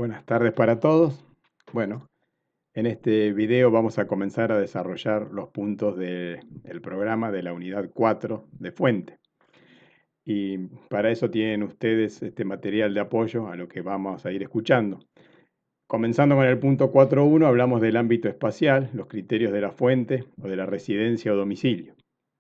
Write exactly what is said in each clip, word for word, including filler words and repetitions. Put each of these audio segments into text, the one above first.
Buenas tardes para todos. Bueno, en este video vamos a comenzar a desarrollar los puntos del programa de la unidad cuatro de Fuente. Y para eso tienen ustedes este material de apoyo a lo que vamos a ir escuchando. Comenzando con el punto cuatro punto uno, hablamos del ámbito espacial, los criterios de la fuente o de la residencia o domicilio.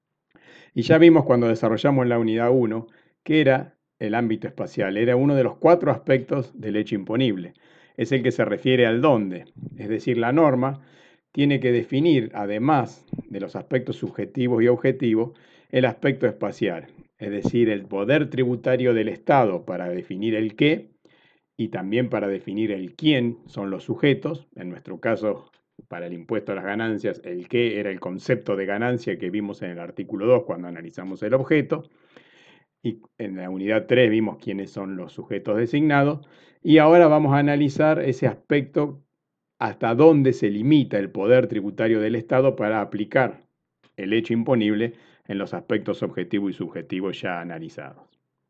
Y ya vimos cuando desarrollamos la unidad uno que era el ámbito espacial, era uno de los cuatro aspectos del hecho imponible. Es el que se refiere al dónde, es decir, la norma tiene que definir, además de los aspectos subjetivos y objetivos, el aspecto espacial, es decir, el poder tributario del Estado para definir el qué y también para definir el quién son los sujetos. En nuestro caso, para el impuesto a las ganancias, el qué era el concepto de ganancia que vimos en el artículo dos cuando analizamos el objeto. Y en la unidad tres vimos quiénes son los sujetos designados. Y ahora vamos a analizar ese aspecto, hasta dónde se limita el poder tributario del Estado para aplicar el hecho imponible en los aspectos objetivos y subjetivos ya analizados.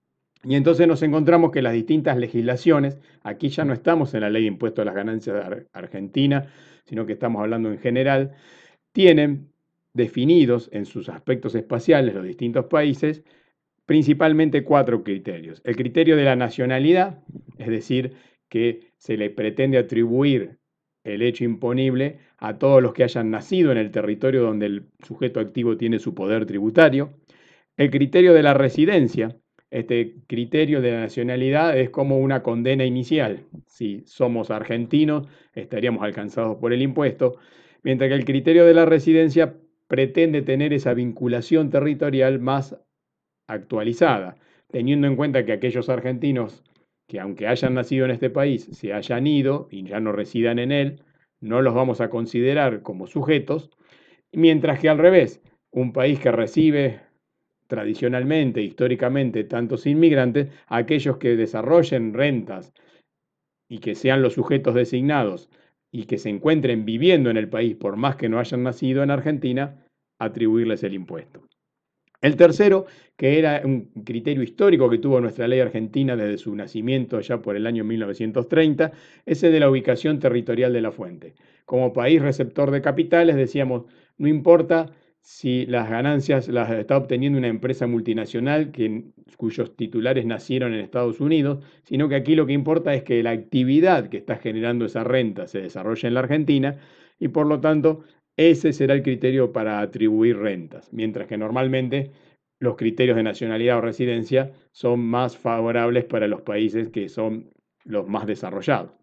Y entonces nos encontramos que las distintas legislaciones, aquí ya no estamos en la ley de impuesto a las ganancias de Argentina, sino que estamos hablando en general, tienen definidos en sus aspectos espaciales los distintos países principalmente cuatro criterios. El criterio de la nacionalidad, es decir, que se le pretende atribuir el hecho imponible a todos los que hayan nacido en el territorio donde el sujeto activo tiene su poder tributario. El criterio de la residencia, este criterio de la nacionalidad es como una condena inicial. Si somos argentinos, estaríamos alcanzados por el impuesto, mientras que el criterio de la residencia pretende tener esa vinculación territorial más actualizada, teniendo en cuenta que aquellos argentinos que aunque hayan nacido en este país, se hayan ido y ya no residan en él, no los vamos a considerar como sujetos, mientras que al revés, un país que recibe tradicionalmente, históricamente, tantos inmigrantes, aquellos que desarrollen rentas y que sean los sujetos designados y que se encuentren viviendo en el país por más que no hayan nacido en Argentina, atribuirles el impuesto. El tercero, que era un criterio histórico que tuvo nuestra ley argentina desde su nacimiento ya por el año mil novecientos treinta, ese de la ubicación territorial de la fuente. Como país receptor de capitales, decíamos, no importa si las ganancias las está obteniendo una empresa multinacional que, cuyos titulares nacieron en Estados Unidos, sino que aquí lo que importa es que la actividad que está generando esa renta se desarrolle en la Argentina y por lo tanto ese será el criterio para atribuir rentas, mientras que normalmente los criterios de nacionalidad o residencia son más favorables para los países que son los más desarrollados.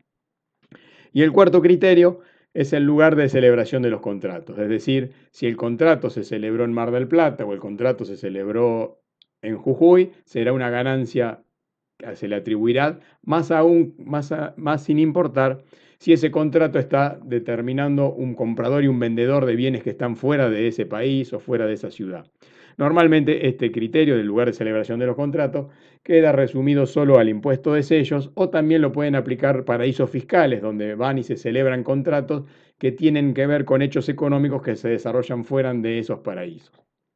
Y el cuarto criterio es el lugar de celebración de los contratos, es decir, si el contrato se celebró en Mar del Plata o el contrato se celebró en Jujuy, será una ganancia que se le atribuirá, más aún, más, a, más sin importar si ese contrato está determinando un comprador y un vendedor de bienes que están fuera de ese país o fuera de esa ciudad. Normalmente este criterio del lugar de celebración de los contratos queda resumido solo al impuesto de sellos o también lo pueden aplicar paraísos fiscales donde van y se celebran contratos que tienen que ver con hechos económicos que se desarrollan fuera de esos paraísos.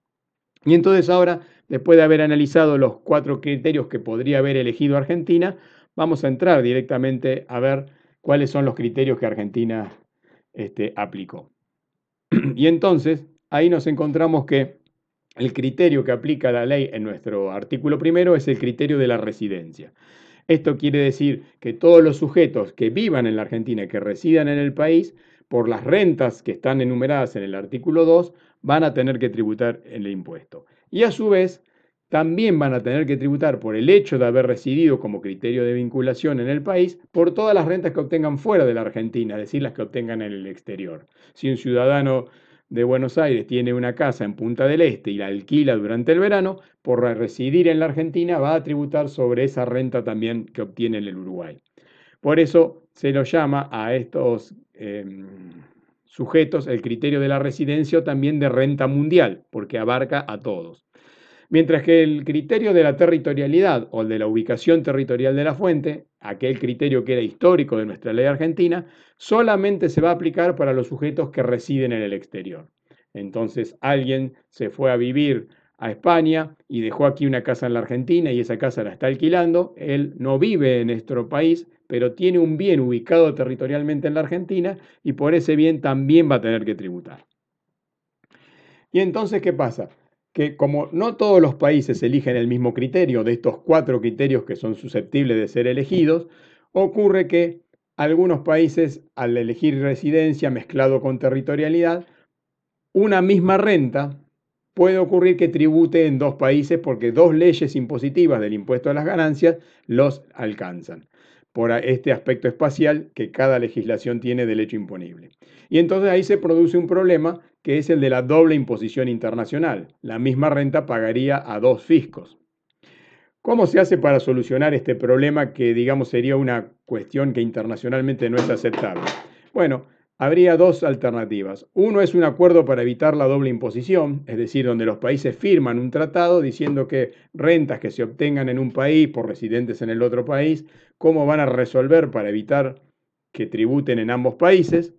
Y entonces ahora, después de haber analizado los cuatro criterios que podría haber elegido Argentina, vamos a entrar directamente a ver cuáles son los criterios que Argentina este, aplicó. Y entonces, ahí nos encontramos que el criterio que aplica la ley en nuestro artículo primero es el criterio de la residencia. Esto quiere decir que todos los sujetos que vivan en la Argentina, que residan en el país, por las rentas que están enumeradas en el artículo dos, van a tener que tributar el impuesto. Y a su vez, también van a tener que tributar por el hecho de haber residido como criterio de vinculación en el país, por todas las rentas que obtengan fuera de la Argentina, es decir, las que obtengan en el exterior. Si un ciudadano de Buenos Aires tiene una casa en Punta del Este y la alquila durante el verano, por residir en la Argentina va a tributar sobre esa renta también que obtiene en el Uruguay. Por eso se lo llama a estos eh, sujetos el criterio de la residencia o también de renta mundial, porque abarca a todos. Mientras que el criterio de la territorialidad o el de la ubicación territorial de la fuente, aquel criterio que era histórico de nuestra ley argentina, solamente se va a aplicar para los sujetos que residen en el exterior. Entonces alguien se fue a vivir a España y dejó aquí una casa en la Argentina y esa casa la está alquilando, él no vive en nuestro país, pero tiene un bien ubicado territorialmente en la Argentina y por ese bien también va a tener que tributar. Y entonces, ¿qué pasa? Que como no todos los países eligen el mismo criterio, de estos cuatro criterios que son susceptibles de ser elegidos, ocurre que algunos países, al elegir residencia mezclado con territorialidad, una misma renta puede ocurrir que tribute en dos países porque dos leyes impositivas del impuesto a las ganancias los alcanzan por este aspecto espacial que cada legislación tiene del hecho imponible. Y entonces ahí se produce un problema que es el de la doble imposición internacional. La misma renta pagaría a dos fiscos. ¿Cómo se hace para solucionar este problema que, digamos, sería una cuestión que internacionalmente no es aceptable? Bueno, habría dos alternativas. Uno es un acuerdo para evitar la doble imposición, es decir, donde los países firman un tratado diciendo que rentas que se obtengan en un país por residentes en el otro país, cómo van a resolver para evitar que tributen en ambos países,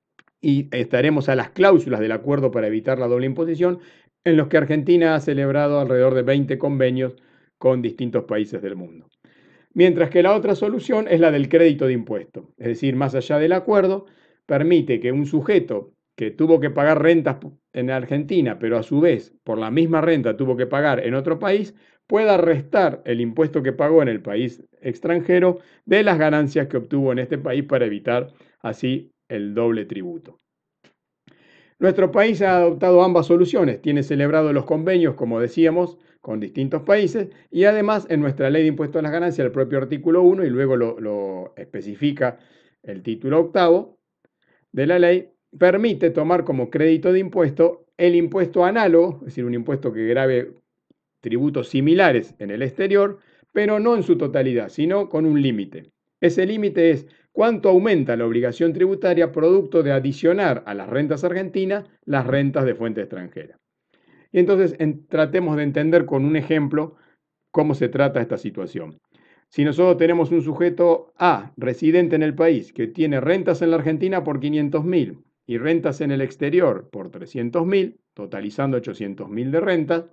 y estaremos a las cláusulas del acuerdo para evitar la doble imposición, en los que Argentina ha celebrado alrededor de veinte convenios con distintos países del mundo. Mientras que la otra solución es la del crédito de impuesto, es decir, más allá del acuerdo, permite que un sujeto que tuvo que pagar rentas en Argentina, pero a su vez por la misma renta tuvo que pagar en otro país, pueda restar el impuesto que pagó en el país extranjero de las ganancias que obtuvo en este país para evitar así el doble tributo. Nuestro país ha adoptado ambas soluciones, tiene celebrado los convenios, como decíamos, con distintos países y además en nuestra ley de impuesto a las ganancias, el propio artículo uno y luego lo, lo especifica el título octavo de la ley, permite tomar como crédito de impuesto el impuesto análogo, es decir, un impuesto que grave tributos similares en el exterior, pero no en su totalidad, sino con un límite. Ese límite es cuánto aumenta la obligación tributaria producto de adicionar a las rentas argentinas las rentas de fuente extranjera. Y entonces en, tratemos de entender con un ejemplo cómo se trata esta situación. Si nosotros tenemos un sujeto A, residente en el país, que tiene rentas en la Argentina por quinientos mil y rentas en el exterior por trescientos mil, totalizando ochocientos mil de rentas,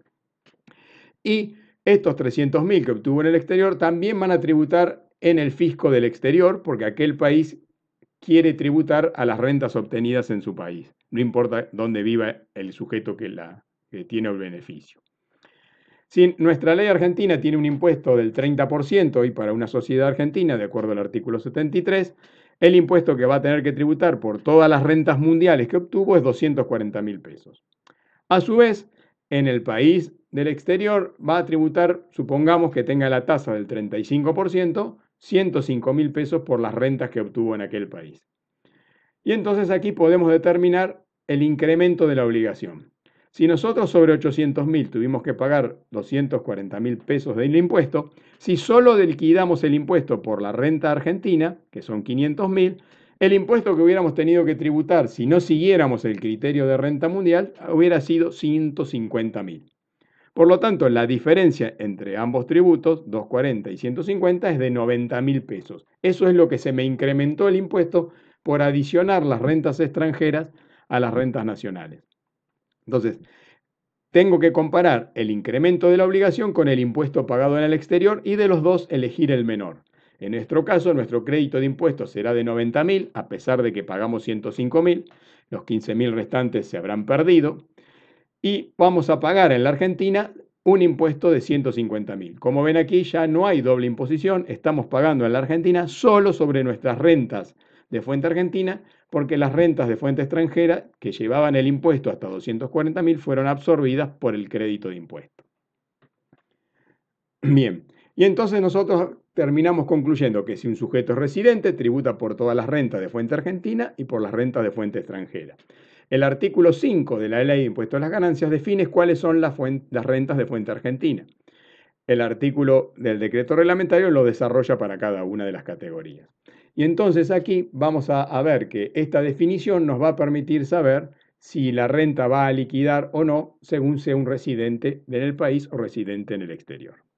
y estos trescientos mil que obtuvo en el exterior también van a tributar en el fisco del exterior porque aquel país quiere tributar a las rentas obtenidas en su país, no importa dónde viva el sujeto que, la, que tiene el beneficio. Si nuestra ley argentina tiene un impuesto del treinta por ciento y para una sociedad argentina, de acuerdo al artículo setenta y tres, el impuesto que va a tener que tributar por todas las rentas mundiales que obtuvo es doscientos cuarenta mil pesos. A su vez, en el país del exterior va a tributar, supongamos que tenga la tasa del treinta y cinco por ciento, ciento cinco mil pesos por las rentas que obtuvo en aquel país. Y entonces aquí podemos determinar el incremento de la obligación. Si nosotros sobre ochocientos mil tuvimos que pagar doscientos cuarenta mil pesos del impuesto, si solo liquidamos el impuesto por la renta argentina, que son quinientos mil, el impuesto que hubiéramos tenido que tributar si no siguiéramos el criterio de renta mundial hubiera sido ciento cincuenta mil. Por lo tanto, la diferencia entre ambos tributos, doscientos cuarenta y ciento cincuenta, es de noventa mil pesos. Eso es lo que se me incrementó el impuesto por adicionar las rentas extranjeras a las rentas nacionales. Entonces, tengo que comparar el incremento de la obligación con el impuesto pagado en el exterior y de los dos elegir el menor. En nuestro caso, nuestro crédito de impuestos será de noventa mil, a pesar de que pagamos ciento cinco mil, los quince mil restantes se habrán perdido, y vamos a pagar en la Argentina un impuesto de ciento cincuenta mil. Como ven aquí, ya no hay doble imposición, estamos pagando en la Argentina solo sobre nuestras rentas de fuente argentina, porque las rentas de fuente extranjera que llevaban el impuesto hasta doscientos cuarenta mil fueron absorbidas por el crédito de impuesto. Bien, y entonces nosotros terminamos concluyendo que si un sujeto es residente, tributa por todas las rentas de fuente argentina y por las rentas de fuente extranjera. El artículo cinco de la Ley de Impuesto a las Ganancias define cuáles son las, las rentas de fuente argentina. El artículo del decreto reglamentario lo desarrolla para cada una de las categorías. Y entonces aquí vamos a, a ver que esta definición nos va a permitir saber si la renta va a liquidar o no según sea un residente en el país o residente en el exterior.